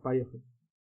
Поехали.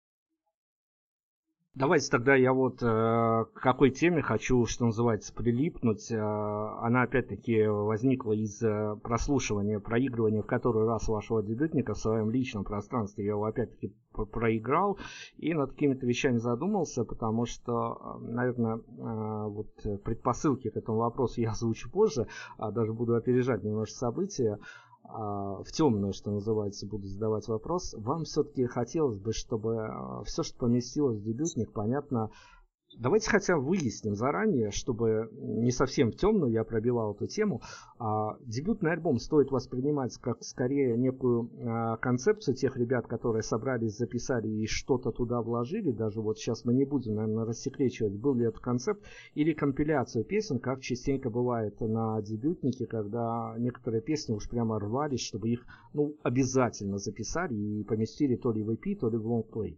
Давайте тогда я вот к какой теме хочу, что называется, прилипнуть. Она опять-таки возникла из прослушивания, проигрывания в который раз вашего дебютника в своем личном пространстве. Я его опять-таки проиграл и над какими-то вещами задумался, потому что, наверное, вот предпосылки к этому вопросу я озвучу позже, даже буду опережать немножко события. В темную, что называется, буду задавать вопрос. Вам все-таки хотелось бы, чтобы все, что поместилось в дебютник, понятно. Давайте хотя бы выясним заранее, чтобы не совсем в темную я пробивал эту тему. Дебютный альбом стоит воспринимать как скорее некую концепцию тех ребят, которые собрались, записали и что-то туда вложили. Даже вот сейчас мы не будем, наверное, рассекречивать, был ли это концепт, или компиляцию песен, как частенько бывает на дебютнике, когда некоторые песни уж прямо рвались, чтобы их обязательно записали и поместили то ли в EP, то ли в лонгплей.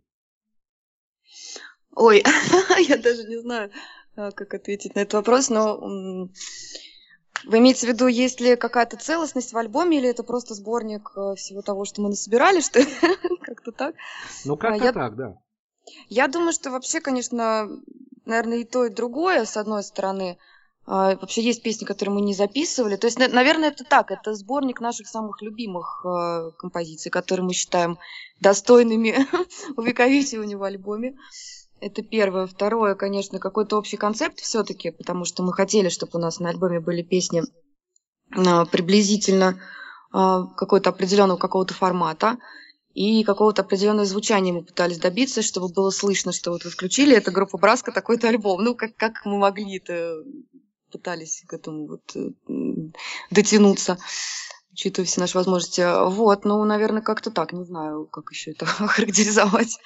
Ой, я даже не знаю, как ответить на этот вопрос, но вы имеете в виду, есть ли какая-то целостность в альбоме, или это просто сборник всего того, что мы насобирали, что ли? Как-то так? Как-то так, да. Я думаю, что вообще, конечно, наверное, и то, и другое, с одной стороны. Вообще есть песни, которые мы не записывали. То есть, наверное, это так. Это сборник наших самых любимых композиций, которые мы считаем достойными увековечивания в альбоме. Это первое. Второе, конечно, какой-то общий концепт все-таки, потому что мы хотели, чтобы у нас на альбоме были песни приблизительно какого-то определенного какого-то формата и какого-то определенного звучания мы пытались добиться, чтобы было слышно, что вот вы включили, это группа Браска, такой-то альбом. Ну, как мы могли это пытались к этому вот дотянуться, учитывая все наши возможности. Вот, наверное, как-то так. Не знаю, как еще это охарактеризовать.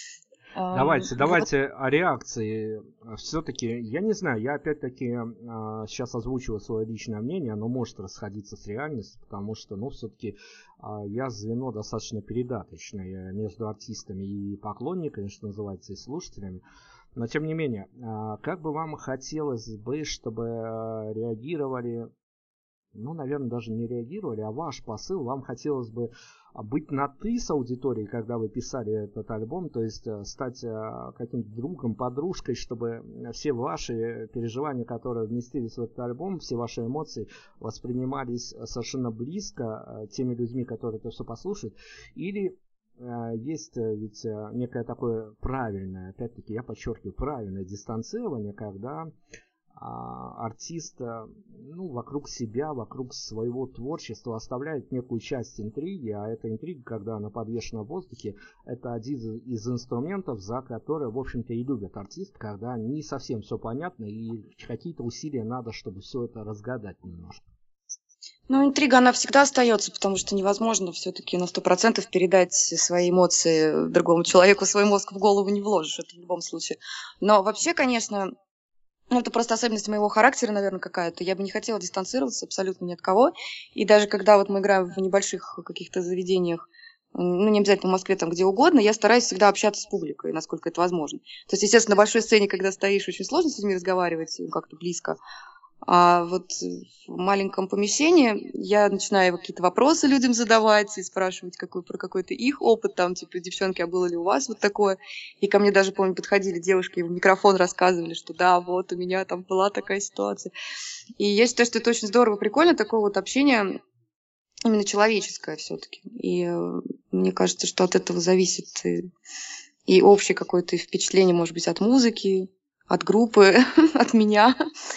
Давайте о реакции. Все-таки, я не знаю, я опять-таки сейчас озвучиваю свое личное мнение, оно может расходиться с реальностью, потому что, все-таки я звено достаточно передаточное между артистами и поклонниками, что называется, и слушателями. Но, тем не менее, как бы вам хотелось бы, чтобы реагировали, наверное, даже не реагировали, а ваш посыл, вам хотелось бы быть на «ты» с аудиторией, когда вы писали этот альбом, то есть стать каким-то другом, подружкой, чтобы все ваши переживания, которые вместились в этот альбом, все ваши эмоции воспринимались совершенно близко теми людьми, которые это все послушают, или есть ведь некое такое правильное, опять-таки я подчеркиваю, правильное дистанцирование, когда артист вокруг себя, вокруг своего творчества оставляет некую часть интриги, а эта интрига, когда она подвешена в воздухе, это один из инструментов, за которые, в общем-то, и любят артист, когда не совсем все понятно и какие-то усилия надо, чтобы все это разгадать немножко. Интрига, она всегда остается, потому что невозможно все-таки на 100% передать свои эмоции другому человеку, свой мозг в голову не вложишь, это в любом случае. Но вообще, конечно, это просто особенность моего характера, наверное, какая-то. Я бы не хотела дистанцироваться абсолютно ни от кого. И даже когда вот мы играем в небольших каких-то заведениях, не обязательно в Москве, там где угодно, я стараюсь всегда общаться с публикой, насколько это возможно. То есть, естественно, на большой сцене, когда стоишь, очень сложно с людьми разговаривать как-то близко. А вот в маленьком помещении я начинаю какие-то вопросы людям задавать и спрашивать про какой-то их опыт, там, типа, девчонки, а было ли у вас вот такое? И ко мне даже, помню, подходили девушки и в микрофон рассказывали, что да, вот у меня там была такая ситуация. И я считаю, что это очень здорово, прикольно, такое вот общение именно человеческое все-таки. И мне кажется, что от этого зависит и общее какое-то впечатление, может быть, от музыки, от группы, от меня.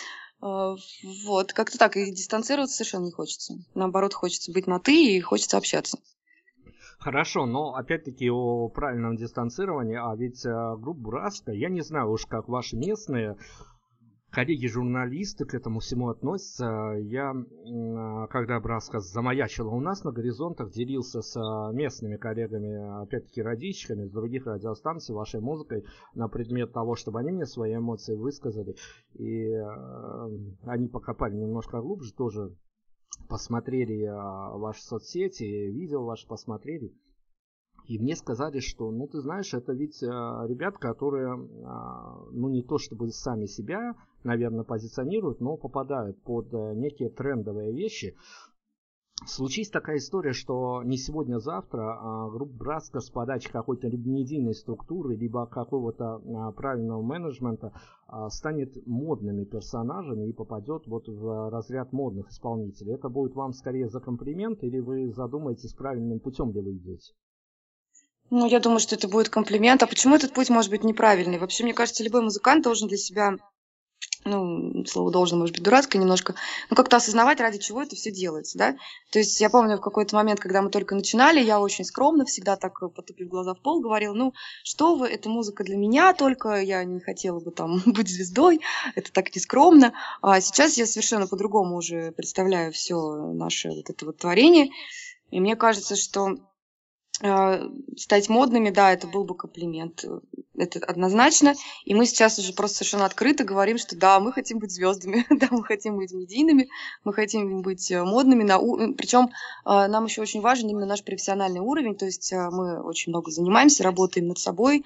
Вот, как-то так. И дистанцироваться совершенно не хочется. Наоборот, хочется быть на «ты» и хочется общаться. Хорошо, но опять-таки о правильном дистанцировании, а ведь группа Браска, я не знаю уж как ваши местные коллеги-журналисты к этому всему относятся. Я, когда Браска замаячила у нас на горизонтах, делился с местными коллегами, опять-таки радищиками с других радиостанций, вашей музыкой на предмет того, чтобы они мне свои эмоции высказали. И они покопали немножко глубже, тоже посмотрели ваши соцсети, видео ваши посмотрели. И мне сказали, что, ты знаешь, это ведь ребят, которые, не то чтобы сами себя, наверное, позиционируют, но попадают под некие трендовые вещи. случись такая история, что не сегодня, а завтра группа Браска с подачи какой-то либо медийной структуры, либо какого-то правильного менеджмента станет модными персонажами и попадет вот в разряд модных исполнителей. Это будет вам скорее за комплимент, или вы задумаетесь, правильным путем ли вы идете? Ну, я думаю, что это будет комплимент. А почему этот путь может быть неправильный? Вообще, мне кажется, любой музыкант должен для себя, ну, слово должен, может быть, дурацкое немножко, но как-то осознавать, ради чего это все делается, да. То есть я помню в какой-то момент, когда мы только начинали, я очень скромно всегда так, потупив глаза в пол, говорила: ну, что вы, это музыка для меня только, я не хотела бы там быть звездой, это так нескромно. А сейчас я совершенно по-другому уже представляю все наше вот это вот творение, и мне кажется, что стать модными, да, это был бы комплимент. Это однозначно. И мы сейчас уже просто совершенно открыто говорим, что да, мы хотим быть звездами, да, мы хотим быть медийными, мы хотим быть модными. Причем нам еще очень важен именно наш профессиональный уровень. То есть мы очень много занимаемся, работаем над собой,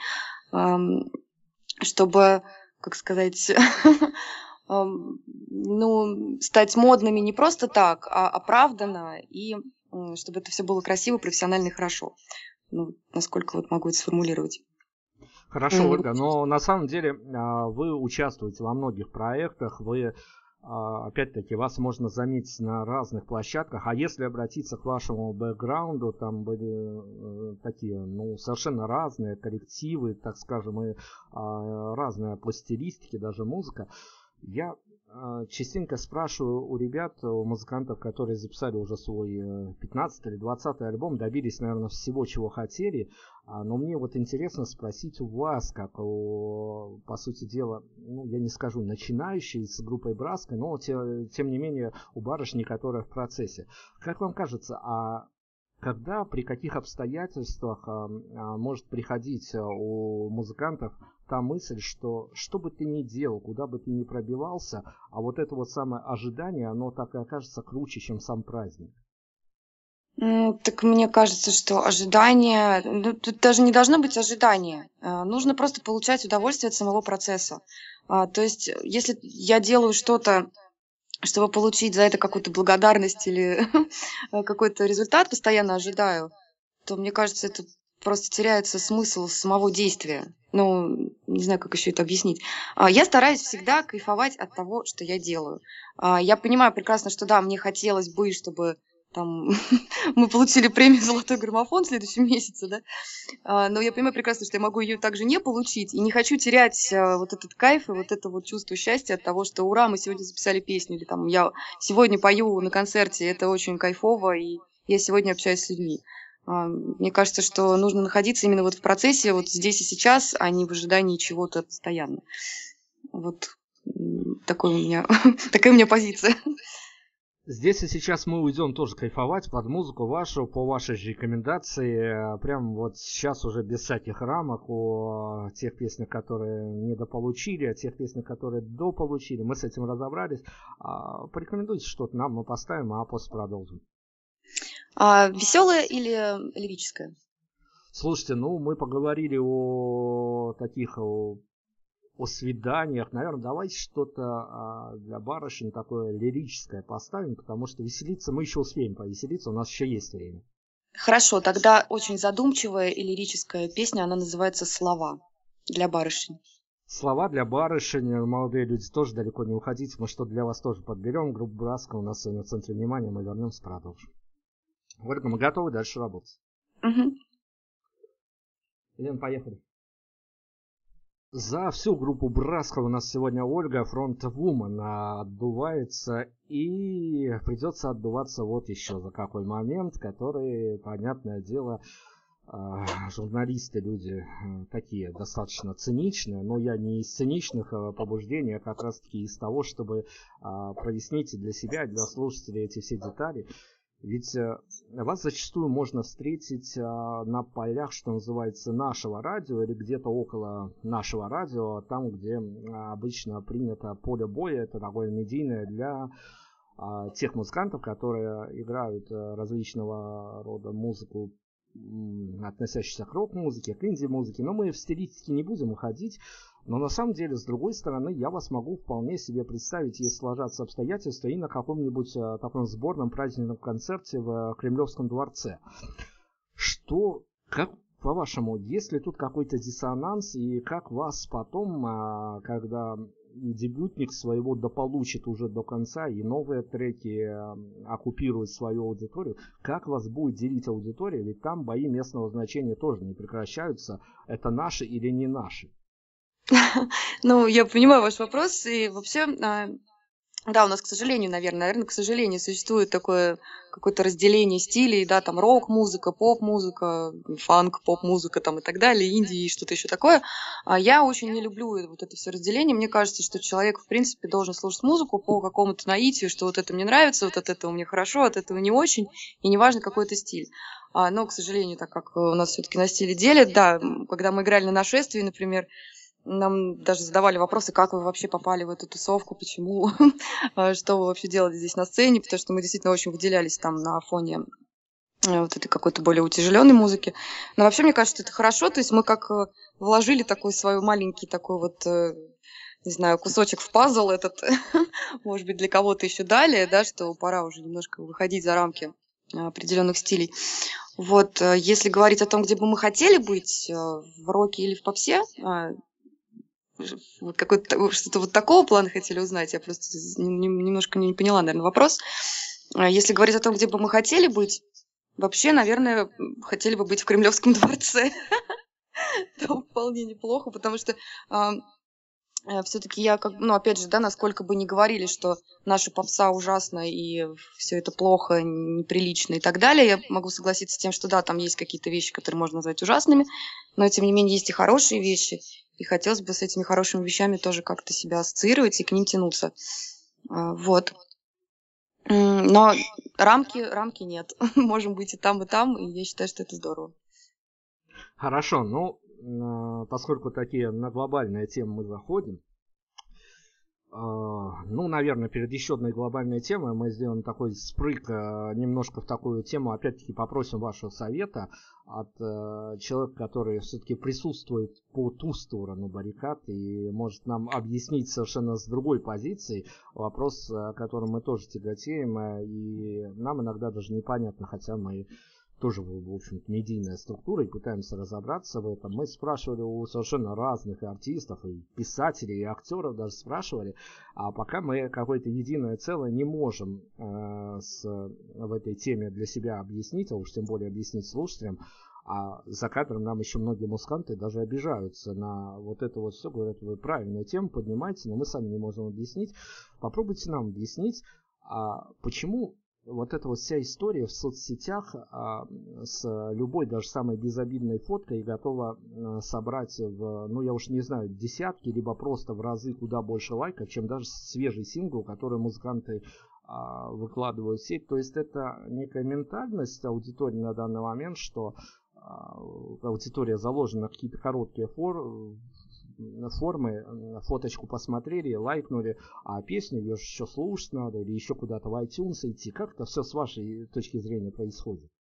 чтобы, как сказать, ну, стать модными не просто так, а оправданно, и чтобы это все было красиво, профессионально и хорошо. Ну, насколько вот могу это сформулировать. Хорошо, Ольга, но на самом деле вы участвуете во многих проектах, вы, опять-таки, вас можно заметить на разных площадках, а если обратиться к вашему бэкграунду, там были такие, ну, совершенно разные коллективы, так скажем, и разные по стилистике, даже музыка. Я частенько спрашиваю у ребят, у музыкантов, которые записали уже свой 15-й или 20-й альбом, добились, наверное, всего, чего хотели, но мне вот интересно спросить у вас, как у, по сути дела, ну, я не скажу начинающий с группой Браска, но тем не менее у барышни, которая в процессе. Как вам кажется, когда, при каких обстоятельствах может приходить у музыкантов та мысль, что бы ты ни делал, куда бы ты ни пробивался, а вот это вот самое ожидание, оно так и окажется круче, чем сам праздник? Так мне кажется, что ожидание, ну, тут даже не должно быть ожидания. Нужно просто получать удовольствие от самого процесса. То есть, если я делаю что-то, чтобы получить за это какую-то благодарность или какой-то результат, постоянно ожидаю, то, мне кажется, это просто теряется смысл самого действия. Ну, не знаю, как еще это объяснить. Я стараюсь всегда кайфовать от того, что я делаю. Я понимаю прекрасно, что да, мне хотелось бы, чтобы там мы получили премию «Золотой граммофон» в следующем месяце, да. Но я понимаю прекрасно, что я могу ее также не получить, и не хочу терять вот этот кайф и вот это вот чувство счастья от того, что ура, мы сегодня записали песню, или там я сегодня пою на концерте, это очень кайфово, и я сегодня общаюсь с людьми. Мне кажется, что нужно находиться именно вот в процессе, вот здесь и сейчас, а не в ожидании чего-то постоянно. Вот такая у меня позиция. Здесь и сейчас мы уйдем тоже кайфовать под музыку вашу, по вашей же рекомендации. Прям вот сейчас уже без всяких рамок о тех песнях, которые недополучили, о тех песнях, которые дополучили. Мы с этим разобрались. Порекомендуйте что-то нам, мы поставим, а после продолжим. Веселая или лирическая? Слушайте, ну мы поговорили о таких, о свиданиях. Наверное, давайте что-то для барышень такое лирическое поставим, потому что веселиться мы еще успеем повеселиться, у нас еще есть время. Хорошо, тогда очень задумчивая и лирическая песня, она называется «Слова» для барышень. Слова для барышень, молодые люди, тоже далеко не уходите, мы что для вас тоже подберем. Группа Браска у нас сегодня в центре внимания, мы вернемся, продолжим. Ольга, мы готовы дальше работать? Угу. Лен, поехали. За всю группу Браска у нас сегодня Ольга, фронтвумен, отдувается, и придется отдуваться вот еще за какой момент, который, понятное дело, журналисты, люди такие достаточно циничные, но я не из циничных побуждений, а как раз таки из того, чтобы прояснить для себя, для слушателей эти все детали. Ведь вас зачастую можно встретить на полях, что называется, нашего радио или где-то около нашего радио, там, где обычно принято поле боя, это такое медийное для тех музыкантов, которые играют различного рода музыку относящихся к рок-музыке, к инди-музыке, но мы в стилистике не будем уходить. Но на самом деле, с другой стороны, я вас могу вполне себе представить, если сложатся обстоятельства, и на каком-нибудь таком сборном праздничном концерте в Кремлевском дворце. Что, как по-вашему, есть ли тут какой-то диссонанс, и как вас потом, когда дебютник своего дополучит уже до конца, и новые треки оккупируют свою аудиторию, как вас будет делить аудитория, ведь там бои местного значения тоже не прекращаются, это наши или не наши? Ну, я понимаю ваш вопрос, и вообще, да, у нас, к сожалению, наверное, к сожалению, существует такое какое-то разделение стилей, да, там рок-музыка, поп-музыка, фанк, поп-музыка там и так далее, инди и что-то еще такое. А я очень не люблю вот это все разделение. Мне кажется, что человек, в принципе, должен слушать музыку по какому-то наитию, что вот это мне нравится, вот от этого мне хорошо, от этого не очень, и неважно, какой это стиль. Но, к сожалению, так как у нас все-таки на стиле делят, да, когда мы играли на нашествии, например, нам даже задавали вопросы, как вы вообще попали в эту тусовку, почему, что вы вообще делали здесь на сцене, потому что мы действительно очень выделялись там на фоне вот этой какой-то более утяжеленной музыки. Но вообще, мне кажется, это хорошо, то есть мы как вложили такой свой маленький такой вот, не знаю, кусочек в пазл этот, может быть, для кого-то еще далее, да, что пора уже немножко выходить за рамки определенных стилей. Вот, если говорить о том, где бы мы хотели быть, в роке или в попсе, вот какой-то что-то вот такого плана хотели узнать. Я просто немножко не поняла, наверное, вопрос. Если говорить о том, где бы мы хотели быть, вообще, наверное, хотели бы быть в Кремлевском дворце. Там вполне неплохо, потому что все-таки я, ну, опять же, да, насколько бы ни говорили, что наша попса ужасна и все это плохо, неприлично и так далее, я могу согласиться с тем, что да, там есть какие-то вещи, которые можно назвать ужасными, но тем не менее есть и хорошие вещи, и хотелось бы с этими хорошими вещами тоже как-то себя ассоциировать и к ним тянуться. Вот. Но рамки нет. Можем быть и там, и я считаю, что это здорово. Хорошо, ну, поскольку такие на глобальные темы мы заходим, ну, наверное, перед еще одной глобальной темой мы сделаем такой спрыг немножко в такую тему. Опять-таки попросим вашего совета от человека, который все-таки присутствует по ту сторону баррикад и может нам объяснить совершенно с другой позиции вопрос, которым мы тоже тяготеем, и нам иногда даже непонятно, хотя мы тоже, в общем-то, медийная структура, и пытаемся разобраться в этом. Мы спрашивали у совершенно разных артистов, и писателей, и актеров даже спрашивали, а пока мы какое-то единое целое не можем в этой теме для себя объяснить, а уж тем более объяснить слушателям, а за кадром нам еще многие музыканты даже обижаются на вот это вот все, говорят, вы правильную тему поднимаете, но мы сами не можем объяснить. Попробуйте нам объяснить, почему вот эта вот вся история в соцсетях с любой, даже самой безобидной фоткой готова собрать ну я уж не знаю, десятки, либо просто в разы куда больше лайков, чем даже свежий сингл, который музыканты выкладывают в сеть. То есть это некая ментальность аудитории на данный момент, что аудитория заложена на какие-то короткие формы, фоточку посмотрели, лайкнули, а песню ее еще слушать надо, или еще куда-то в iTunes идти. Как это все с вашей точки зрения происходит?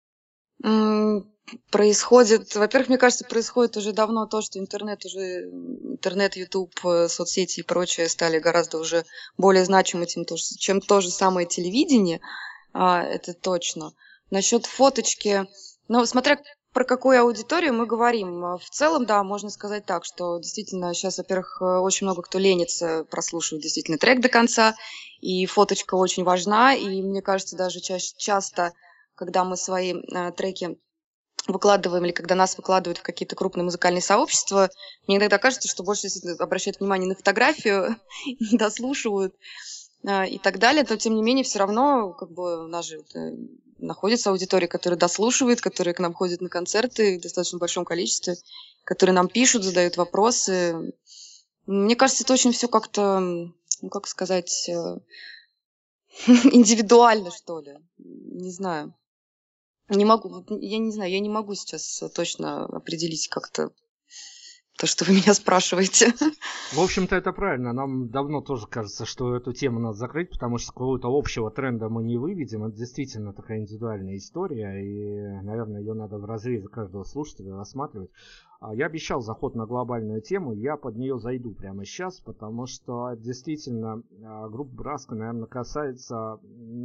Происходит, во-первых, мне кажется, происходит уже давно то, что интернет, YouTube, соцсети и прочее стали гораздо уже более значимы, чем то же самое телевидение, это точно. Насчет фоточки, ну, смотря про какую аудиторию мы говорим. В целом, да, можно сказать так, что действительно сейчас, во-первых, очень много кто ленится прослушивать действительно трек до конца, и фоточка очень важна, и мне кажется, даже часто, когда мы свои треки выкладываем, или когда нас выкладывают в какие-то крупные музыкальные сообщества, мне иногда кажется, что больше обращают внимание на фотографию, не дослушивают и так далее, но тем не менее все равно как бы у нас же находится аудитория, которая дослушивает, которая к нам ходит на концерты в достаточно большом количестве, которые нам пишут, задают вопросы. Мне кажется, это очень все как-то, ну как сказать, индивидуально, что ли. Не знаю. Я не знаю, я не могу сейчас точно определить как-то то, что вы меня спрашиваете. В общем-то, это правильно. Нам давно тоже кажется, что эту тему надо закрыть, потому что какого-то общего тренда мы не выведем. Это действительно такая индивидуальная история, и, наверное, ее надо в разрезе каждого слушателя рассматривать. Я обещал заход на глобальную тему, я под нее зайду прямо сейчас, потому что действительно группа Браска, наверное, касается,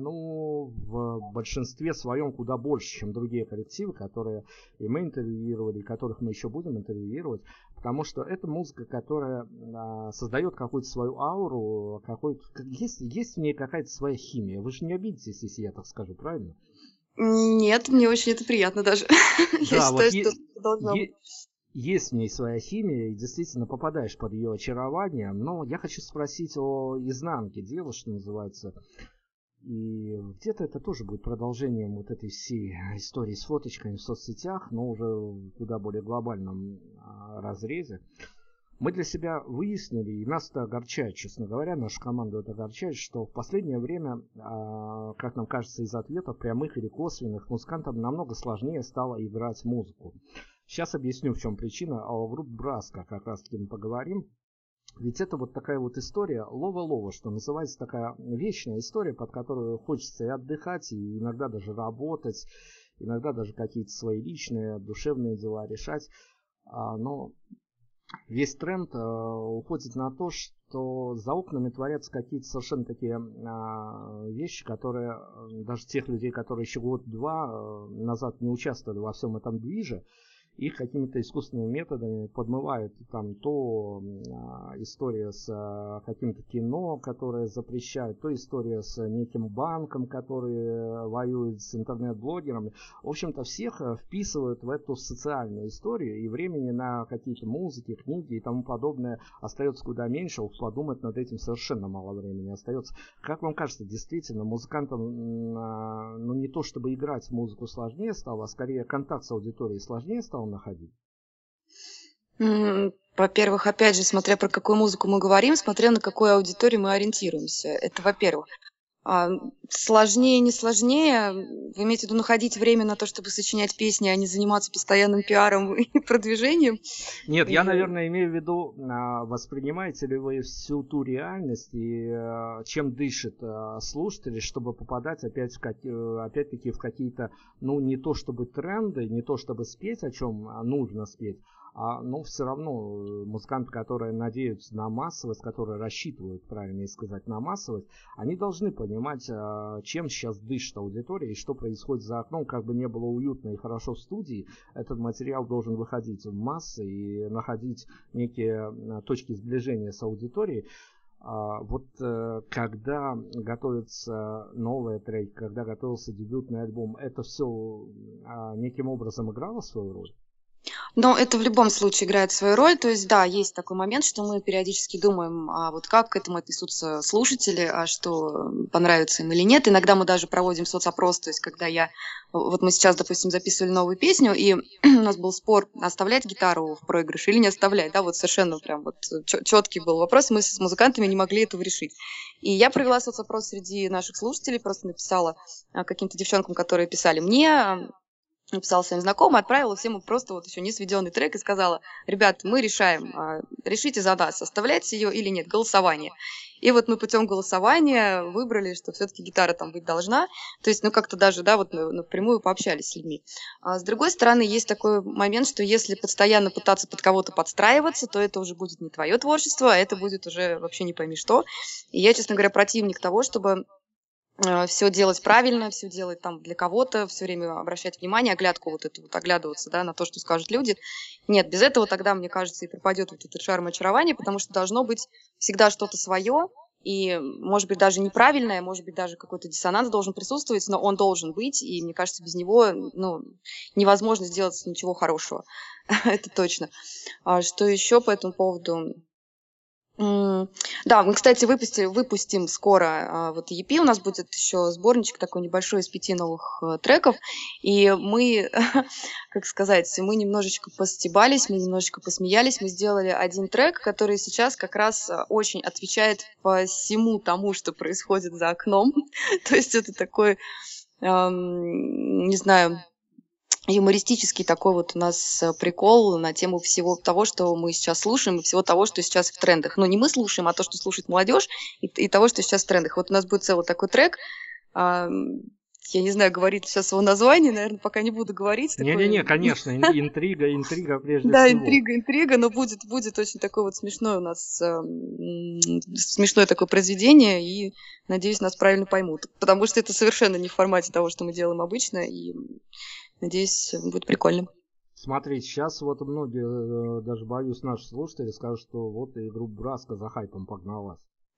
в большинстве своем куда больше, чем другие коллективы, которые и мы интервьюировали, и которых мы еще будем интервьюировать, потому что это музыка, которая создает какую-то свою ауру, есть в ней какая-то своя химия. Вы же не обидитесь, если я так скажу, правильно? Нет, мне очень это приятно даже. Я считаю, что должно быть. Есть в ней своя химия, и действительно попадаешь под ее очарование. Но я хочу спросить о изнанке дела, что называется. И где-то это тоже будет продолжением вот этой всей истории с фоточками в соцсетях, но уже в куда более глобальном разрезе. Мы для себя выяснили, и нас это огорчает, честно говоря, нашу команду это огорчает, что в последнее время, как нам кажется из ответов, прямых или косвенных, музыкантам намного сложнее стало играть музыку. Сейчас объясню, в чем причина, а о группе Браска как раз таки мы поговорим. Ведь это вот такая вот история лова-лова, что называется, такая вечная история, под которую хочется и отдыхать, и иногда даже работать, иногда даже какие-то свои личные, душевные дела решать. Но весь тренд уходит на то, что за окнами творятся какие-то совершенно такие вещи, которые даже тех людей, которые еще год-два назад не участвовали во всем этом движе, их какими-то искусственными методами подмывают. Там то история с каким-то кино, которое запрещают, то история с неким банком, который воюет с интернет-блогерами. В общем-то, всех вписывают в эту социальную историю, и времени на какие-то музыки, книги и тому подобное остается куда меньше. Уж подумать над этим совершенно мало времени остается. Как вам кажется, действительно, музыкантам не то чтобы играть музыку сложнее стало, а скорее контакт с аудиторией сложнее стало находить? Во-первых, опять же, смотря про какую музыку мы говорим, смотря на какую аудиторию мы ориентируемся. Это во-первых. Сложнее, не сложнее, вы имеете в виду находить время на то, чтобы сочинять песни, а не заниматься постоянным пиаром и продвижением? Нет, я, наверное, имею в виду, воспринимаете ли вы всю ту реальность и чем дышит слушатели, чтобы попадать опять-таки в какие-то, не то чтобы тренды, не то чтобы спеть, о чем нужно спеть, но все равно музыканты, которые надеются на массовость, которые рассчитывают, правильнее сказать, на массовость, они должны понимать, чем сейчас дышит аудитория и что происходит за окном. Как бы не было уютно и хорошо в студии, этот материал должен выходить в массы и находить некие точки сближения с аудиторией. Вот когда готовится новый трек, когда готовился дебютный альбом, это все неким образом играло свою роль? Но это в любом случае играет свою роль. То есть, да, есть такой момент, что мы периодически думаем, вот как к этому отнесутся слушатели, а что понравится им или нет. Иногда мы даже проводим соцопрос, то есть, когда вот мы сейчас, допустим, записывали новую песню, и у нас был спор, оставлять гитару в проигрыше или не оставлять, да, вот совершенно прям вот четкий был вопрос, мы с музыкантами не могли этого решить. И я провела соцопрос среди наших слушателей, просто написала каким-то девчонкам, которые писали мне, написала своим знакомым, отправила всем просто вот еще не сведенный трек и сказала: ребят, мы решаем, решите за нас, оставлять ее или нет, голосование. И вот мы путем голосования выбрали, что все-таки гитара там быть должна. То есть, как-то даже, да, вот напрямую пообщались с людьми. А с другой стороны, есть такой момент, что если постоянно пытаться под кого-то подстраиваться, то это уже будет не твое творчество, а это будет уже вообще не пойми что. И я, честно говоря, противник того, чтобы все делать правильно, все делать там для кого-то, все время обращать внимание, оглядываться, да, на то, что скажут люди. Нет, без этого тогда, мне кажется, и пропадет вот этот шарм очарования, потому что должно быть всегда что-то свое, и, может быть, даже неправильное, может быть, даже какой-то диссонанс должен присутствовать, но он должен быть, и, мне кажется, без него, невозможно сделать ничего хорошего. Это точно. Что еще по этому поводу? Да, мы, кстати, выпустим скоро вот EP, у нас будет еще сборничек такой небольшой из 5 новых треков, и мы, как сказать, мы немножечко постебались, мы немножечко посмеялись, мы сделали один трек, который сейчас как раз очень отвечает по всему тому, что происходит за окном, то есть это такой, не знаю, юмористический такой вот у нас прикол на тему всего того, что мы сейчас слушаем, и всего того, что сейчас в трендах. Ну, не мы слушаем, а то, что слушает молодежь, и того, что сейчас в трендах. Вот у нас будет целый такой трек. Я не знаю, говорить сейчас его название, наверное, пока не буду говорить. Не-не-не, конечно, интрига прежде всего. Да, интрига, но будет очень такой вот смешной у нас, смешное такое произведение, и, надеюсь, нас правильно поймут. Потому что это совершенно не в формате того, что мы делаем обычно, и, надеюсь, будет прикольно. Смотрите, сейчас вот многие, даже боюсь, наши слушатели скажут, что вот и группа Браска за хайпом погналась.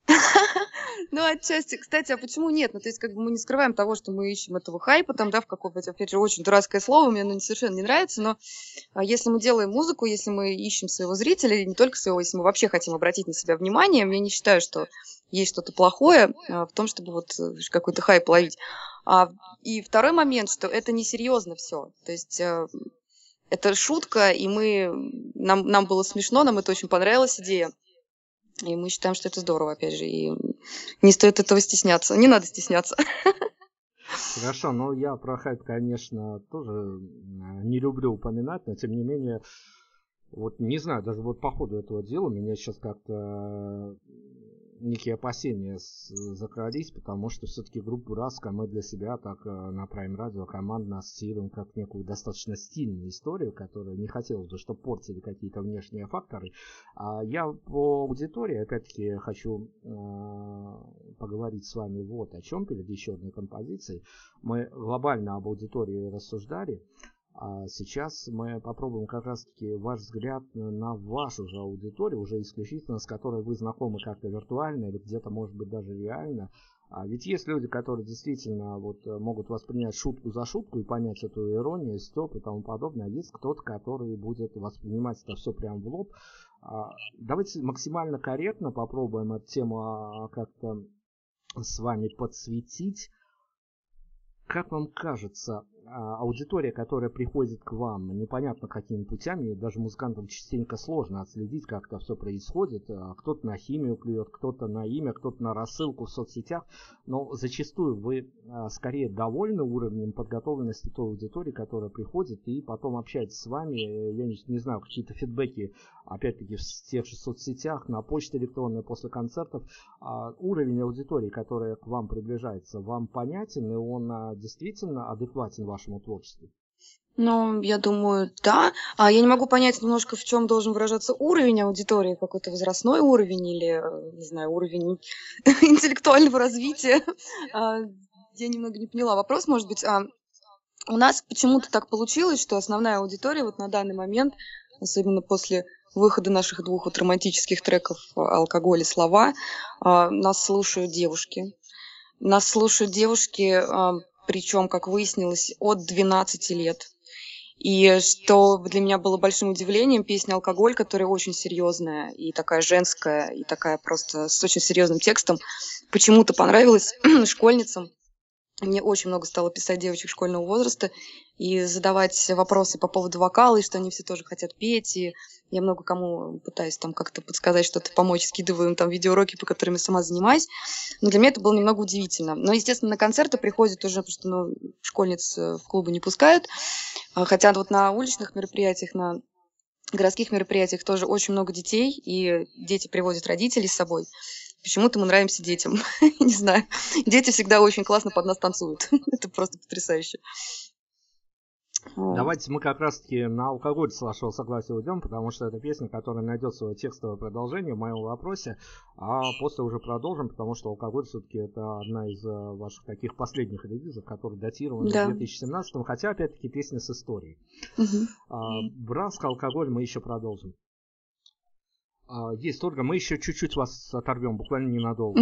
Ну, отчасти. Кстати, а почему нет? Ну, то есть, как бы мы не скрываем того, что мы ищем этого хайпа, там, да, в каком-то, опять же, очень дурацкое слово, мне оно совершенно не нравится, но если мы делаем музыку, если мы ищем своего зрителя, и не только своего, если мы вообще хотим обратить на себя внимание, я не считаю, что есть что-то плохое в том, чтобы вот какой-то хайп ловить. И второй момент, что это несерьезно все. То есть это шутка, и нам было смешно, нам это очень понравилась идея. И мы считаем, что это здорово, опять же, и не стоит этого стесняться. Не надо стесняться. Хорошо, но я про хайп, конечно, тоже не люблю упоминать, но тем не менее, вот не знаю, даже вот по ходу этого дела меня сейчас как-то некие опасения закрались, потому что все-таки группу Раска мы для себя так на Prime Radio командно ассоциируем как некую достаточно стильную историю, которую не хотелось бы, чтобы портили какие-то внешние факторы. Я по аудитории, опять-таки, хочу поговорить с вами вот о чем перед еще одной композицией. Мы глобально об аудитории рассуждали. А сейчас мы попробуем как раз-таки ваш взгляд на вашу же аудиторию, уже исключительно с которой вы знакомы как-то виртуально или где-то, может быть, даже реально. Ведь есть люди, которые действительно вот могут воспринять шутку за шутку и понять эту иронию, стёб и тому подобное. А есть кто-то, который будет воспринимать это все прямо в лоб. Давайте максимально корректно попробуем эту тему как-то с вами подсветить. Как вам кажется, аудитория, которая приходит к вам, непонятно какими путями, даже музыкантам частенько сложно отследить, как это все происходит. Кто-то на химию клюет, кто-то на имя, кто-то на рассылку в соцсетях. Но зачастую вы скорее довольны уровнем подготовленности той аудитории, которая приходит и потом общается с вами. Я не знаю, какие-то фидбэки, опять-таки, в тех же соцсетях, на почте электронной после концертов. Уровень аудитории, которая к вам приближается, вам понятен, и он действительно адекватен вашему творчеству? Ну, я думаю, да. Я не могу понять немножко, в чем должен выражаться уровень аудитории, какой-то возрастной уровень или, не знаю, уровень интеллектуального развития. Я немного не поняла вопрос, может быть. У нас почему-то так получилось, что основная аудитория вот на данный момент, особенно после выхода наших двух вот романтических треков «Алкоголь» и «Слова», нас слушают девушки. Нас слушают девушки, причем, как выяснилось, от 12 лет. И что для меня было большим удивлением, песня «Алкоголь», которая очень серьезная и такая женская, и такая просто с очень серьезным текстом, почему-то понравилась школьницам. Мне очень много стало писать девочек школьного возраста и задавать вопросы по поводу вокала, и что они все тоже хотят петь. И я много кому пытаюсь там как-то подсказать, что-то помочь, скидываю им там видеоуроки, по которым я сама занимаюсь. Но для меня это было немного удивительно. Но, естественно, на концерты приходят уже, потому что школьниц в клубы не пускают. Хотя вот на уличных мероприятиях, на городских мероприятиях тоже очень много детей, и дети привозят родителей с собой. Почему-то мы нравимся детям. Не знаю. Дети всегда очень классно под нас танцуют. Это просто потрясающе. Давайте мы как раз-таки на «Алкоголь» с вашего согласия уйдем, потому что это песня, которая найдет свое текстовое продолжение в моем вопросе, а после уже продолжим, потому что «Алкоголь» все-таки это одна из ваших таких последних релизов, которые датированы 2017, хотя опять-таки песня с историей. Браска, «Алкоголь» мы еще продолжим. Есть, Ольга, мы еще чуть-чуть вас оторвем, буквально ненадолго.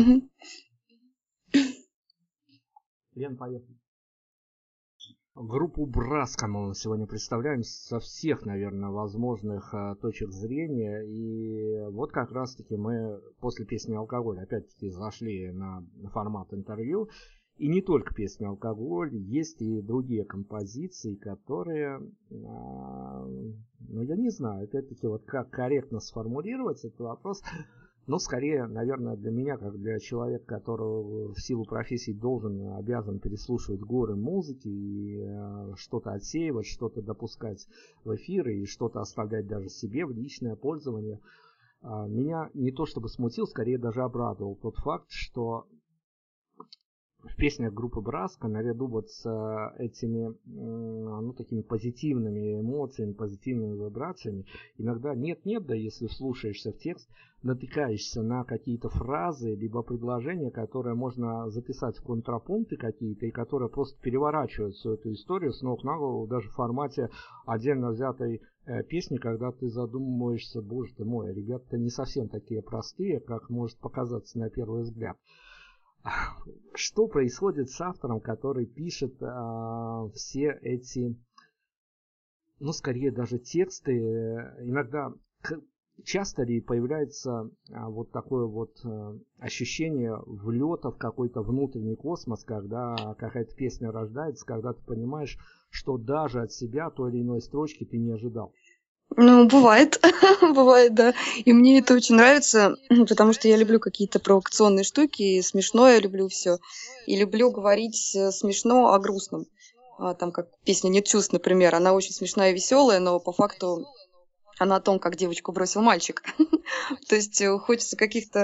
Лен, поехали. Группу Браска мы сегодня представляем со всех, наверное, возможных точек зрения. И вот как раз-таки мы после песни «Алкоголь» опять-таки зашли на формат интервью. И не только песня «Алкоголь», есть и другие композиции, которые, ну я не знаю, опять-таки вот как корректно сформулировать этот вопрос. Но скорее, наверное, для меня, как для человека, который в силу профессии обязан переслушивать горы музыки и что-то отсеивать, что-то допускать в эфир и что-то оставлять даже себе в личное пользование, меня не то чтобы смутил, скорее даже обрадовал тот факт, что в песнях группы Браска наряду вот с этими такими позитивными эмоциями, позитивными вибрациями, иногда нет-нет, да если вслушаешься в текст, натыкаешься на какие-то фразы, либо предложения, которые можно записать в контрапункты какие-то, и которые просто переворачивают всю эту историю с ног на голову, даже в формате отдельно взятой песни, когда ты задумываешься, боже ты мой, ребята не совсем такие простые, как может показаться на первый взгляд. Что происходит с автором, который пишет все эти, скорее даже тексты, иногда часто ли появляется вот такое вот ощущение влета в какой-то внутренний космос, когда какая-то песня рождается, когда ты понимаешь, что даже от себя той или иной строчки ты не ожидал? Бывает, бывает, да. И мне это очень нравится, потому что я люблю какие-то провокационные штуки, смешное люблю все. И люблю говорить смешно о грустном. Там как песня «Нет чувств», например, она очень смешная и веселая, но по факту она о том, как девочку бросил мальчик. То есть хочется каких-то,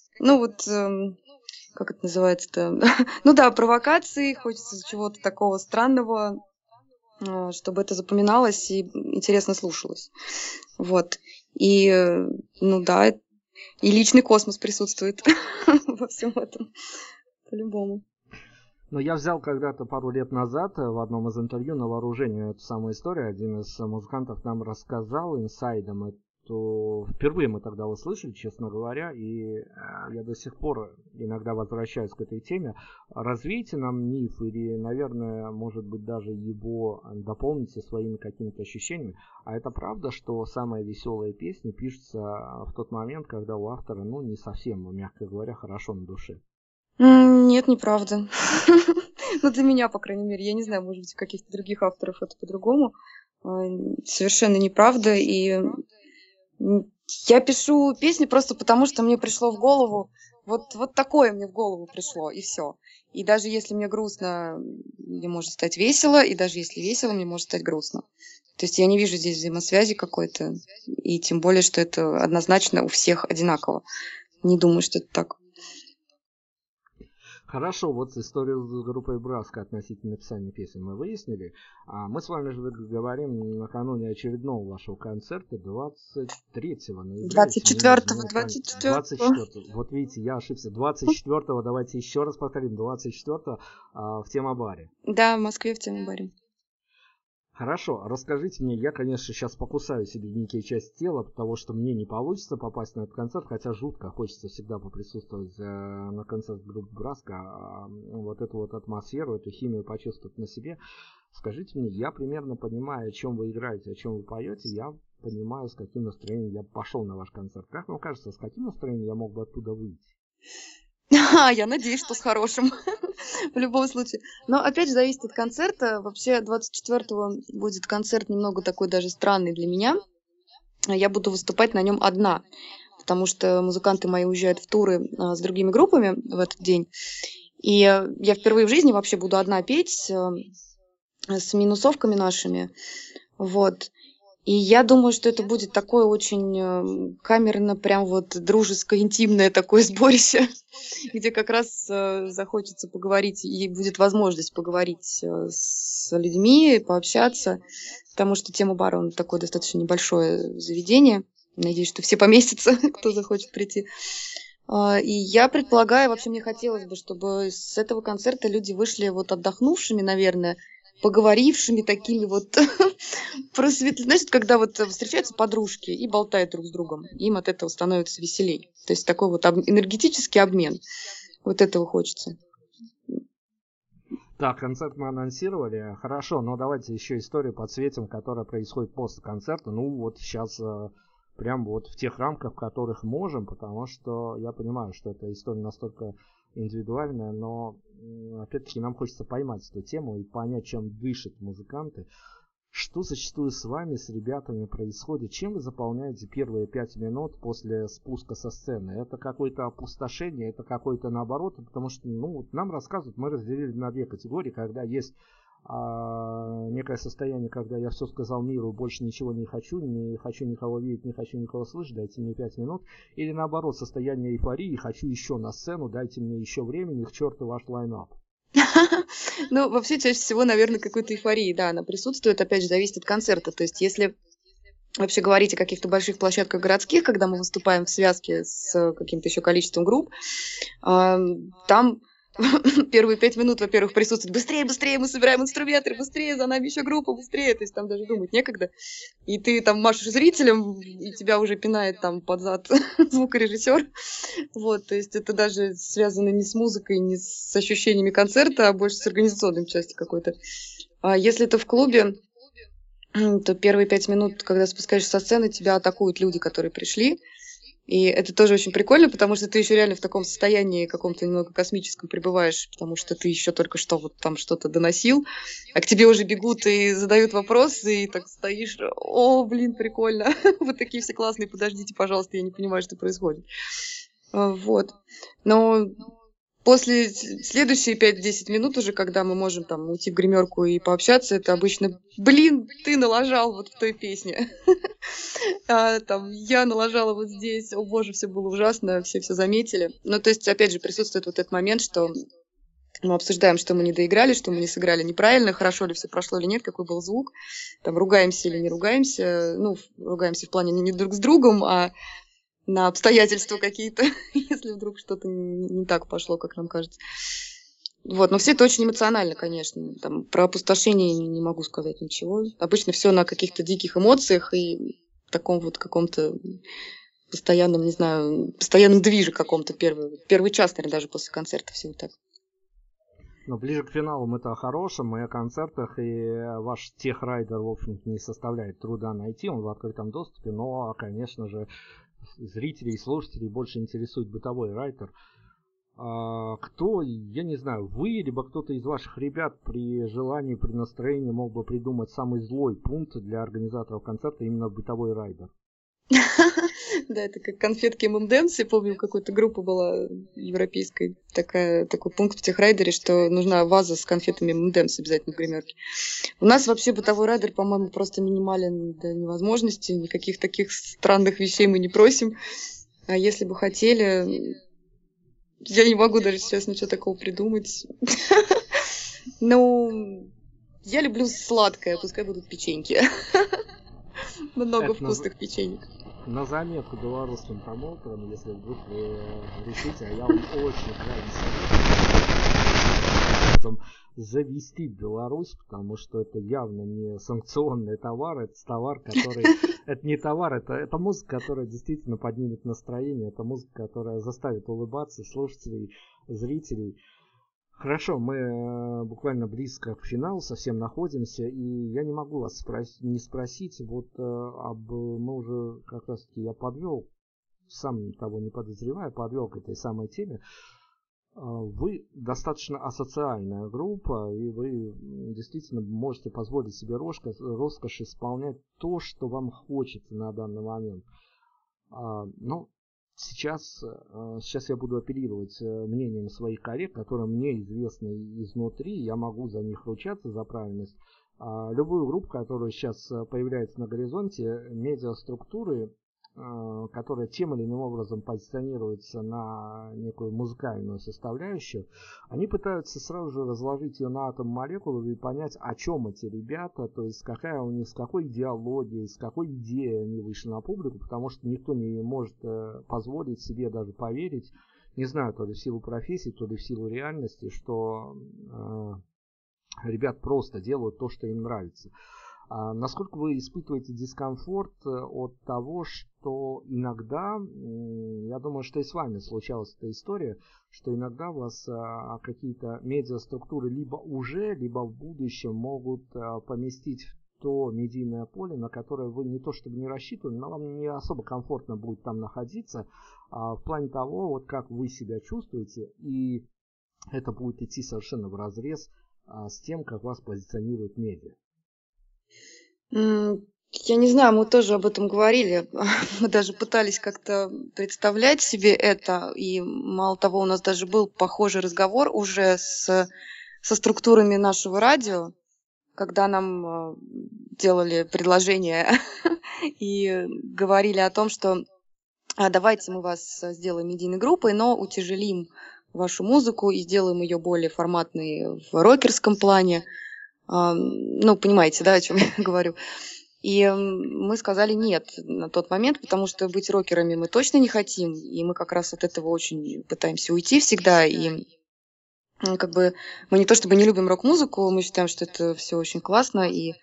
как это называется-то? Провокаций, хочется чего-то такого странного, чтобы это запоминалось и интересно слушалось. Вот. И, и личный космос присутствует во всем этом, по-любому. Но я взял когда-то пару лет назад в одном из интервью на вооружение эту самую историю. Один из музыкантов нам рассказал инсайдом эту. Впервые мы тогда услышали, честно говоря, и я до сих пор иногда возвращаюсь к этой теме. Развейте нам миф или, наверное, может быть, даже его дополните своими какими-то ощущениями. А это правда, что самые веселые песни пишутся в тот момент, когда у автора, не совсем, мягко говоря, хорошо на душе? Нет, неправда. Для меня, по крайней мере. Я не знаю, может быть, у каких-то других авторов это по-другому. Совершенно неправда. И я пишу песни просто потому, что мне пришло в голову, вот такое мне в голову пришло, и все. И даже если мне грустно, мне может стать весело, и даже если весело, мне может стать грустно. То есть я не вижу здесь взаимосвязи какой-то, и тем более, что это однозначно у всех одинаково. Не думаю, что это так. Хорошо, вот историю с группой Браска относительно написания песен мы выяснили. Мы с вами же говорим накануне очередного вашего концерта 23 ноября. 24-го. Вот видите, я ошибся. 24-го, давайте еще раз повторим. 24-го в Темабаре. Да, в Москве в Темабаре. Хорошо, расскажите мне, я, конечно, сейчас покусаю себе некие части тела, потому что мне не получится попасть на этот концерт, хотя жутко хочется всегда поприсутствовать на концерт группы Браска, вот эту вот атмосферу, эту химию почувствовать на себе. Скажите мне, я примерно понимаю, о чем вы играете, о чем вы поете, я понимаю, с каким настроением я пошел на ваш концерт. Как вам кажется, с каким настроением я мог бы оттуда выйти? Я надеюсь, что с хорошим. В любом случае. Но опять же зависит от концерта. Вообще 24-го будет концерт немного такой даже странный для меня. Я буду выступать на нем одна, потому что музыканты мои уезжают в туры с другими группами в этот день. И я впервые в жизни вообще буду одна петь с минусовками нашими. Вот. И я думаю, что это будет такое очень камерно, прям вот дружеское, интимное такое сборище, где как раз захочется поговорить, и будет возможность поговорить с людьми, пообщаться, потому что Тема-бар, он такое достаточно небольшое заведение. Надеюсь, что все поместятся, кто захочет прийти. И я предполагаю, вообще мне хотелось бы, чтобы с этого концерта люди вышли вот отдохнувшими, наверное, поговорившими такими вот просветленными. Знаете, когда вот встречаются подружки и болтают друг с другом, им от этого становится веселей. То есть такой вот энергетический обмен. Вот этого хочется. Так, концерт мы анонсировали. Хорошо, но давайте еще историю подсветим, которая происходит после концерта. Вот сейчас прям вот в тех рамках, в которых можем, потому что я понимаю, что эта история настолько индивидуальная, но опять-таки нам хочется поймать эту тему и понять, чем дышат музыканты. Что зачастую с вами, с ребятами происходит? Чем вы заполняете первые 5 минут после спуска со сцены? Это какое-то опустошение, это какое-то наоборот? Потому что вот нам рассказывают, мы разделили на две категории, когда есть некое состояние, когда я все сказал миру, больше ничего не хочу никого видеть, не хочу никого слышать, дайте мне 5 минут. Или наоборот, состояние эйфории, хочу еще на сцену, дайте мне еще времени, к черту ваш лайнап. Ну, вообще, чаще всего, наверное, какой-то эйфории, да, она присутствует, опять же, зависит от концерта. То есть, если вообще говорить о каких-то больших площадках городских, когда мы выступаем в связке с каким-то еще количеством групп, там первые 5 минут, во-первых, присутствует быстрее, быстрее, мы собираем инструменты, быстрее, за нами еще группа, быстрее, то есть там даже думать некогда. И ты там машешь зрителям, и тебя уже пинает там под зад звукорежиссер. Вот, то есть это даже связано не с музыкой, не с ощущениями концерта, а больше с организационной частью какой-то. А если это в клубе, то первые 5 минут, когда спускаешься со сцены, тебя атакуют люди, которые пришли. И это тоже очень прикольно, потому что ты еще реально в таком состоянии каком-то немного космическом пребываешь, потому что ты еще только что вот там что-то доносил, а к тебе уже бегут и задают вопросы, и так стоишь, о, блин, прикольно, вот такие все классные, подождите, пожалуйста, я не понимаю, что происходит. Вот. Но после следующие 5-10 минут уже, когда мы можем там уйти в гримерку и пообщаться, это обычно, блин, ты налажал вот в той песне. Там, я налажала вот здесь, о боже, все было ужасно, все заметили. Ну, то есть, опять же, присутствует вот этот момент, что мы обсуждаем, что мы не доиграли, что мы не сыграли неправильно, хорошо ли все прошло или нет, какой был звук, там, ругаемся или не ругаемся, ну, ругаемся в плане не друг с другом, а на обстоятельства какие-то, если вдруг что-то не так пошло, как нам кажется. Вот, но все это очень эмоционально, конечно. Там, про опустошение не могу сказать ничего. Обычно все на каких-то диких эмоциях и таком вот каком-то постоянном, не знаю, постоянном движе каком-то первый час, наверное, даже после концерта все вот так. Но ближе к финалу мы-то о хорошем и о концертах, и ваш техрайдер, в общем-то, не составляет труда найти, он в открытом доступе, но, конечно же, зрителей и слушателей больше интересует бытовой райтер. Кто, я не знаю, вы, либо кто-то из ваших ребят при желании, при настроении мог бы придумать самый злой пункт для организаторов концерта именно бытовой райдер? Да, это как конфетки ММДМС. Я помню, какая-то группа была европейская, такой пункт в техрайдере, что нужна ваза с конфетами ММДМС обязательно в гримерке. У нас вообще бытовой райдер, по-моему, просто минимален до невозможности. Никаких таких странных вещей мы не просим. А если бы хотели, я не могу даже сейчас ничего такого придумать. Ну, я люблю сладкое, пускай будут печеньки. Много вкусных печенек. На заметку белорусским промоутерам, если вдруг вы решите, а я вам очень крайне завести в Беларусь, потому что это явно не санкционный товар, это товар, который... Это не товар, это музыка, которая действительно поднимет настроение, это музыка, которая заставит улыбаться слушателей, зрителей. Хорошо, мы буквально близко к финалу совсем находимся, и я не могу вас не спросить, вот мы уже как раз таки я подвел, сам того не подозревая, подвел к этой самой теме. Вы достаточно асоциальная группа, и вы действительно можете позволить себе роскошь исполнять то, что вам хочется на данный момент. Но сейчас я буду апеллировать мнением своих коллег, которые мне известны изнутри, я могу за них ручаться, за правильность. Любую группу, которая сейчас появляется на горизонте, медиаструктуры, которая тем или иным образом позиционируется на некую музыкальную составляющую, они пытаются сразу же разложить ее на атом молекулы и понять, о чем эти ребята, то есть какая у них, с какой идеологией, с какой идеей они вышли на публику, потому что никто не может позволить себе даже поверить, не знаю, то ли в силу профессии, то ли в силу реальности, что ребят просто делают то, что им нравится. Насколько вы испытываете дискомфорт от того, что иногда, я думаю, что и с вами случалась эта история, что иногда вас какие-то медиаструктуры либо уже, либо в будущем могут поместить в то медийное поле, на которое вы не то чтобы не рассчитывали, но вам не особо комфортно будет там находиться, в плане того, вот как вы себя чувствуете, и это будет идти совершенно вразрез с тем, как вас позиционирует медиа. Я не знаю, мы тоже об этом говорили. Мы даже пытались как-то представлять себе это. И мало того, у нас даже был похожий разговор уже со структурами нашего радио, когда нам делали предложение и говорили о том, что давайте мы вас сделаем единой группой, но утяжелим вашу музыку и сделаем ее более форматной в рокерском плане. Ну, понимаете, да, о чем я говорю. И мы сказали нет на тот момент, потому что быть рокерами мы точно не хотим, и мы как раз от этого очень пытаемся уйти всегда, и как бы мы не то чтобы не любим рок-музыку, мы считаем, что это все очень классно, и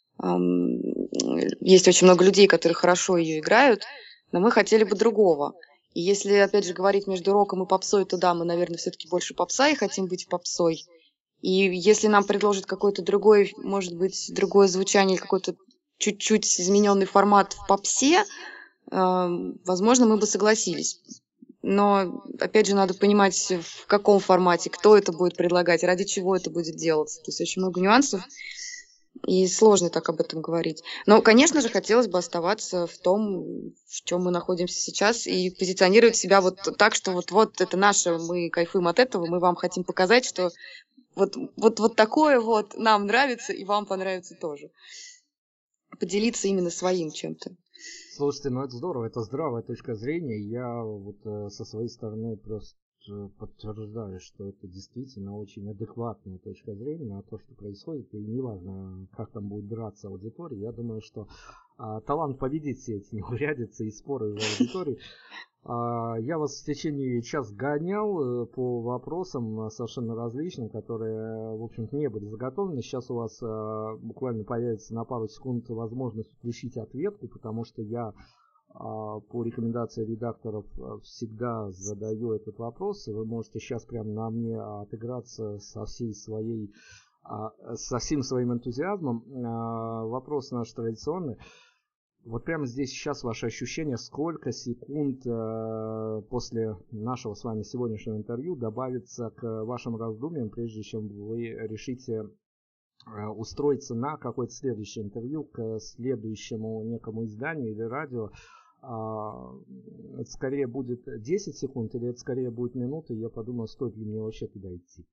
есть очень много людей, которые хорошо ее играют, но мы хотели бы другого. И если, опять же, говорить между роком и попсой, то да, мы, наверное, все-таки больше попса и хотим быть попсой. И если нам предложат какой-то другой, может быть, другое звучание или какой-то чуть-чуть измененный формат в попсе, возможно, мы бы согласились. Но, опять же, надо понимать, в каком формате, кто это будет предлагать, ради чего это будет делаться. То есть очень много нюансов, и сложно так об этом говорить. Но, конечно же, хотелось бы оставаться в том, в чем мы находимся сейчас, и позиционировать себя вот так, что вот это наше, мы кайфуем от этого, мы вам хотим показать, что вот такое вот нам нравится, и вам понравится тоже. Поделиться именно своим чем-то. Слушайте, ну это здорово, это здравая точка зрения. Я вот со своей стороны просто подтверждаю, что это действительно очень адекватная точка зрения на то, что происходит. И неважно, как там будет драться аудитория, я думаю, что талант победит все эти неурядицы и споры в аудитории. Я вас в течение часа гонял по вопросам совершенно различным, которые, в общем-то, не были заготовлены. Сейчас у вас буквально появится на пару секунд возможность включить ответку, потому что я по рекомендации редакторов всегда задаю этот вопрос. И вы можете сейчас прямо на мне отыграться со всем своим энтузиазмом. Вопрос наш традиционный. Вот прямо здесь сейчас ваши ощущения, сколько секунд после нашего с вами сегодняшнего интервью добавится к вашим раздумьям, прежде чем вы решите устроиться на какое-то следующее интервью, к следующему некому изданию или радио. Это скорее будет 10 секунд или это скорее будет минута, и я подумал, стоит ли мне вообще туда идти.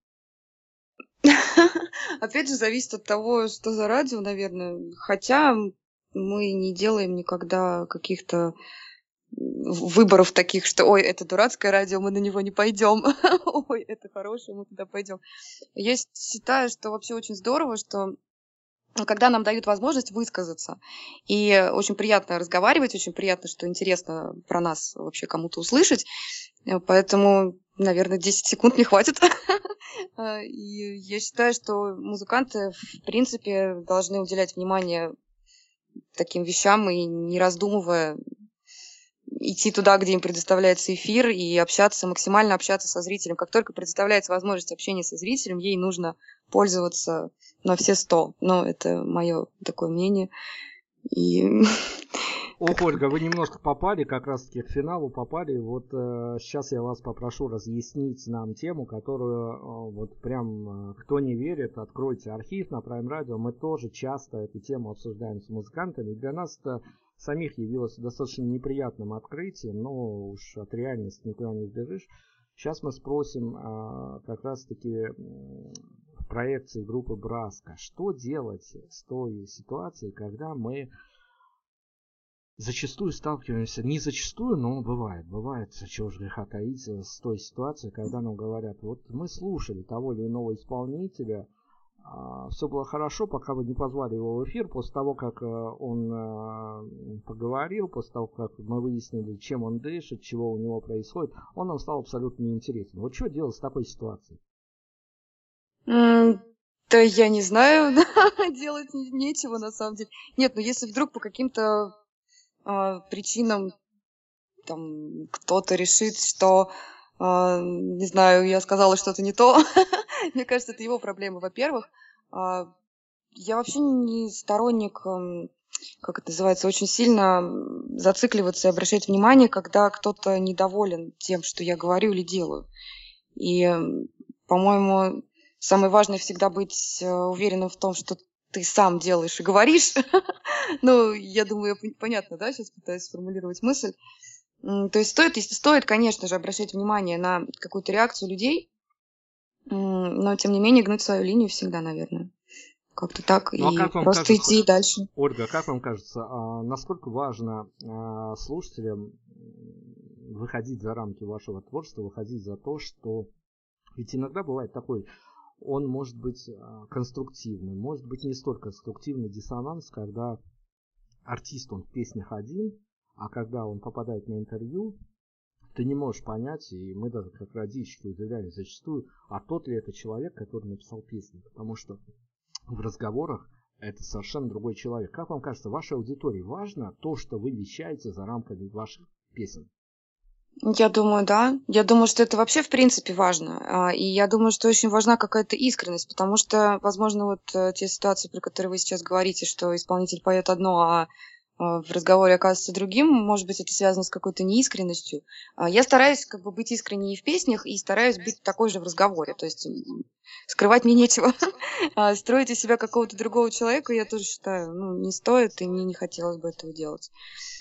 Опять же, зависит от того, что за радио, наверное. Хотя мы не делаем никогда каких-то выборов таких, что ой, это дурацкое радио, мы на него не пойдем. Ой, это хорошее, мы туда пойдем. Я считаю, что вообще очень здорово, что когда нам дают возможность высказаться. И очень приятно разговаривать, очень приятно, что интересно про нас вообще кому-то услышать. Поэтому, наверное, 10 секунд не хватит. И я считаю, что музыканты, в принципе, должны уделять внимание таким вещам и, не раздумывая, идти туда, где им предоставляется эфир, и общаться, максимально общаться со зрителем. Как только предоставляется возможность общения со зрителем, ей нужно пользоваться на все 100. Но это мое такое мнение. И... Ох, Ольга, вы немножко попали, как раз таки к финалу попали. Вот сейчас я вас попрошу разъяснить нам тему, которую вот прям, кто не верит, откройте архив на Prime Radio. Мы тоже часто эту тему обсуждаем с музыкантами. Для нас это самих явилось достаточно неприятным открытием, но уж от реальности никуда не сбежишь. Сейчас мы спросим как раз таки в проекции группы Браска, что делать с той ситуацией, когда мы зачастую сталкиваемся, не зачастую, но бывает, чего же греха таить, с той ситуацией, когда нам говорят, вот мы слушали того или иного исполнителя, все было хорошо, пока вы не позвали его в эфир, после того, как он поговорил, после того, как мы выяснили, чем он дышит, чего у него происходит, он нам стал абсолютно неинтересен. Вот что делать с такой ситуацией? Да я не знаю, делать нечего на самом деле. Нет, ну если вдруг по каким-то причинам там кто-то решит, что, не знаю, я сказала что-то не то, мне кажется, это его проблема, во-первых. Я вообще не сторонник, как это называется, очень сильно зацикливаться и обращать внимание, когда кто-то недоволен тем, что я говорю или делаю. И, по-моему, самое важное всегда быть уверенным в том, что ты сам делаешь и говоришь. Ну, я думаю, понятно, да, сейчас пытаюсь сформулировать мысль. То есть стоит, конечно же, обращать внимание на какую-то реакцию людей, но, тем не менее, гнуть свою линию всегда, наверное. Как-то так, Ну а и как вам просто кажется, идти дальше. Ольга, как вам кажется, насколько важно слушателям выходить за рамки вашего творчества, выходить за то, что ведь иногда бывает такой, он может быть конструктивный, может быть не столь конструктивный диссонанс, когда артист, он в песнях один, а когда он попадает на интервью, ты не можешь понять, и мы даже как радищики удивлялись зачастую, а тот ли это человек, который написал песню, потому что в разговорах это совершенно другой человек. Как вам кажется, вашей аудитории важно то, что вы вещаете за рамками ваших песен? Я думаю, да. Я думаю, что это вообще в принципе важно. И я думаю, что очень важна какая-то искренность, потому что, возможно, вот те ситуации, про которые вы сейчас говорите, что исполнитель поет одно, а в разговоре оказывается другим, может быть, это связано с какой-то неискренностью. Я стараюсь как бы быть искренней и в песнях, и стараюсь быть такой же в разговоре. То есть скрывать мне нечего. Строить из себя какого-то другого человека, я тоже считаю, не стоит, и мне не хотелось бы этого делать.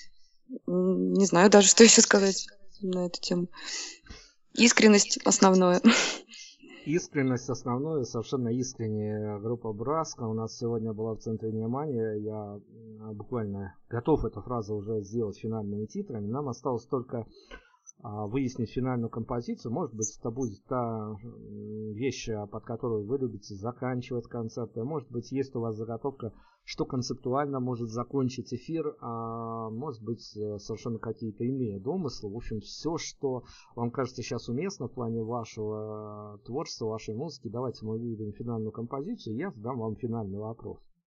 Не знаю даже, что еще сказать на эту тему. Искренность основное. Искренность основное, совершенно искренняя группа Браска у нас сегодня была в центре внимания. Я буквально готов эту фразу уже сделать финальными титрами. Нам осталось только выяснить финальную композицию. Может быть, это будет та вещь, под которую вы любите заканчивать концерты. Может быть, есть у вас заготовка, что концептуально может закончить эфир. Может быть, совершенно какие-то иные домыслы. В общем, все, что вам кажется сейчас уместно в плане вашего творчества, вашей музыки. Давайте мы выберем финальную композицию, и я задам вам финальный вопрос.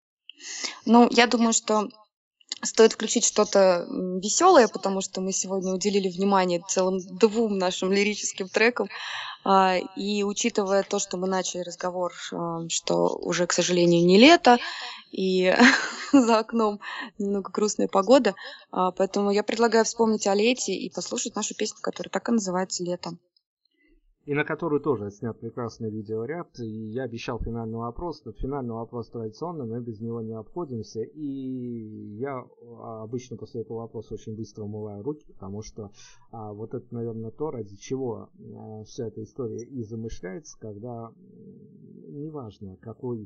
Я думаю, что стоит включить что-то веселое, потому что мы сегодня уделили внимание целым 2 нашим лирическим трекам. И учитывая то, что мы начали разговор, что уже, к сожалению, не лето, и за окном немного грустная погода, поэтому я предлагаю вспомнить о лете и послушать нашу песню, которая так и называется «Лето». И на которую тоже снят прекрасный видеоряд. И я обещал финальный вопрос. Этот финальный вопрос традиционный, но без него не обходимся. И я обычно после этого вопроса очень быстро умываю руки, потому что вот это, наверное, то, ради чего вся эта история и замышляется, когда неважно,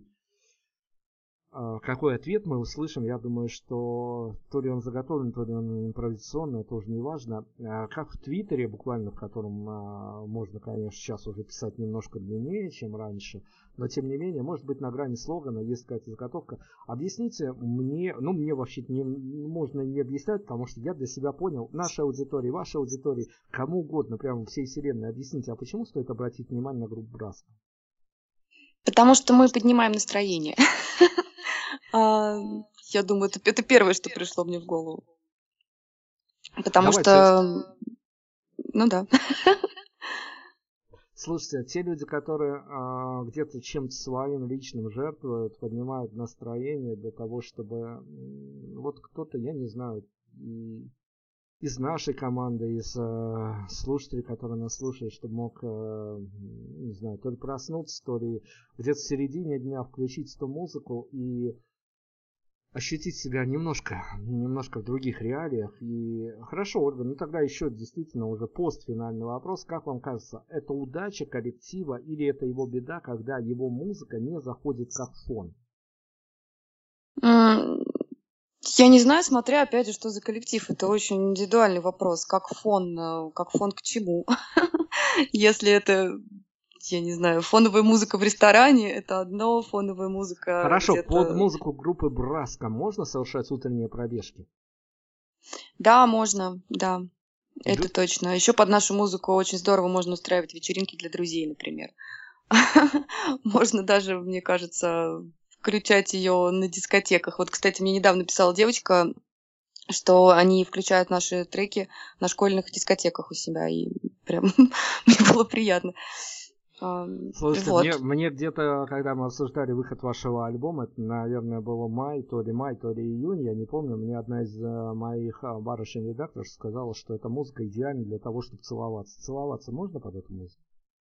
какой ответ мы услышим, я думаю, что то ли он заготовлен, то ли он импровизационный, это уже не важно. Как в Твиттере, буквально, в котором можно, конечно, сейчас уже писать немножко длиннее, чем раньше, но тем не менее, может быть, на грани слогана есть какая-то заготовка. Объясните мне, мне вообще можно не объяснять, потому что я для себя понял, нашей аудитории, вашей аудитории, кому угодно, прямо всей вселенной, объясните, а почему стоит обратить внимание на группу Браска? Потому что мы поднимаем настроение. Я думаю, это первое, что пришло мне в голову. Потому что, да. Слушайте, те люди, которые где-то чем-то своим личным жертвуют, поднимают настроение для того, чтобы вот кто-то, я не знаю, из нашей команды, из слушателей, которые нас слушают, чтобы мог, не знаю, то ли проснуться, то ли где-то в середине дня включить эту музыку и ощутить себя немножко в других реалиях. И хорошо, Ольга, тогда еще действительно уже постфинальный вопрос. Как вам кажется, это удача коллектива или это его беда, когда его музыка не заходит как фон? Я не знаю, смотря опять же, что за коллектив. Это очень индивидуальный вопрос. Как фон к чему? Если это, я не знаю, фоновая музыка в ресторане, это одно, фоновая музыка Хорошо, где-то... под музыку группы Браска можно совершать утренние пробежки? Да, можно, да. Это точно. Еще под нашу музыку очень здорово можно устраивать вечеринки для друзей, например. Можно даже, мне кажется, включать ее на дискотеках. Вот, кстати, мне недавно писала девочка, что они включают наши треки на школьных дискотеках у себя, и прям мне было приятно. Слушайте, Вот. мне где-то, когда мы обсуждали выход вашего альбома, это, наверное, было май, то ли июнь, я не помню, мне одна из моих барышень-редакторов сказала, что эта музыка идеальна для того, чтобы целоваться. Целоваться можно под эту музыку?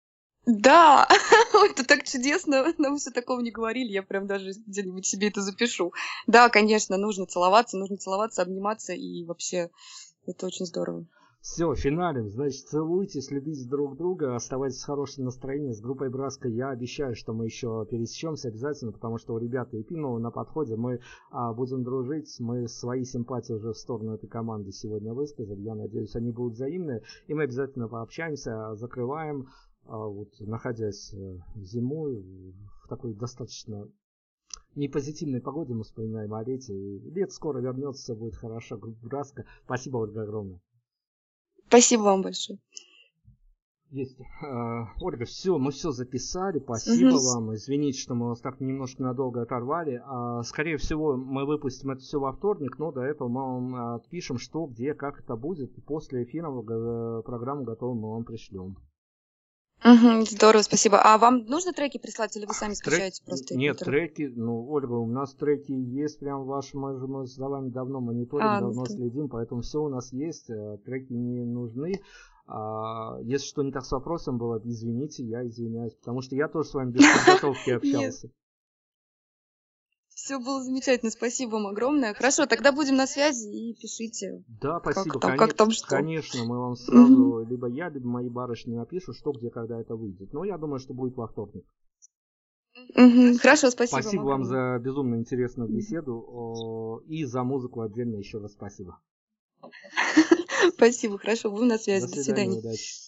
Да, это так чудесно, нам все такого не говорили, я прям даже где-нибудь себе это запишу. Да, конечно, нужно целоваться, обниматься, и вообще это очень здорово. Все, финалем. Значит, целуйтесь, любите друг друга, оставайтесь в хорошем настроении. С группой Браска я обещаю, что мы еще пересечемся обязательно, потому что у ребят Епимова на подходе. Мы будем дружить. Мы свои симпатии уже в сторону этой команды сегодня высказали. Я надеюсь, они будут взаимные. И мы обязательно пообщаемся. Закрываем, вот, находясь зимой в такой достаточно непозитивной погоде, мы вспоминаем о лете. Лет скоро вернется, все будет хорошо. Группа Браска. Спасибо, Ольга, огромное. Спасибо вам большое. Есть. Ольга, все, мы все записали. Спасибо вам. Извините, что мы вас так немножко надолго оторвали. Скорее всего, мы выпустим это все во вторник, но до этого мы вам отпишем, что, где, как это будет. После эфира программу готовую мы вам пришлем. Здорово, спасибо. А вам нужно треки прислать, или вы сами скачаете просто? Нет, треки, Ольга, у нас треки есть прям ваши, мы за вами давно мониторим, давно следим, поэтому все у нас есть, треки не нужны. Если что не так с вопросом было, извините, я извиняюсь, потому что я тоже с вами без подготовки общался. Все было замечательно, спасибо вам огромное. Хорошо, тогда будем на связи и пишите. Да, спасибо. Как там, что. Конечно, мы вам сразу, либо я, либо мои барышни напишут, что, где, когда это выйдет. Но я думаю, что будет во вторник. Хорошо, спасибо. Спасибо вам за безумно интересную беседу и за музыку отдельно еще раз спасибо. Спасибо, хорошо, будем на связи. До свидания. Удачи.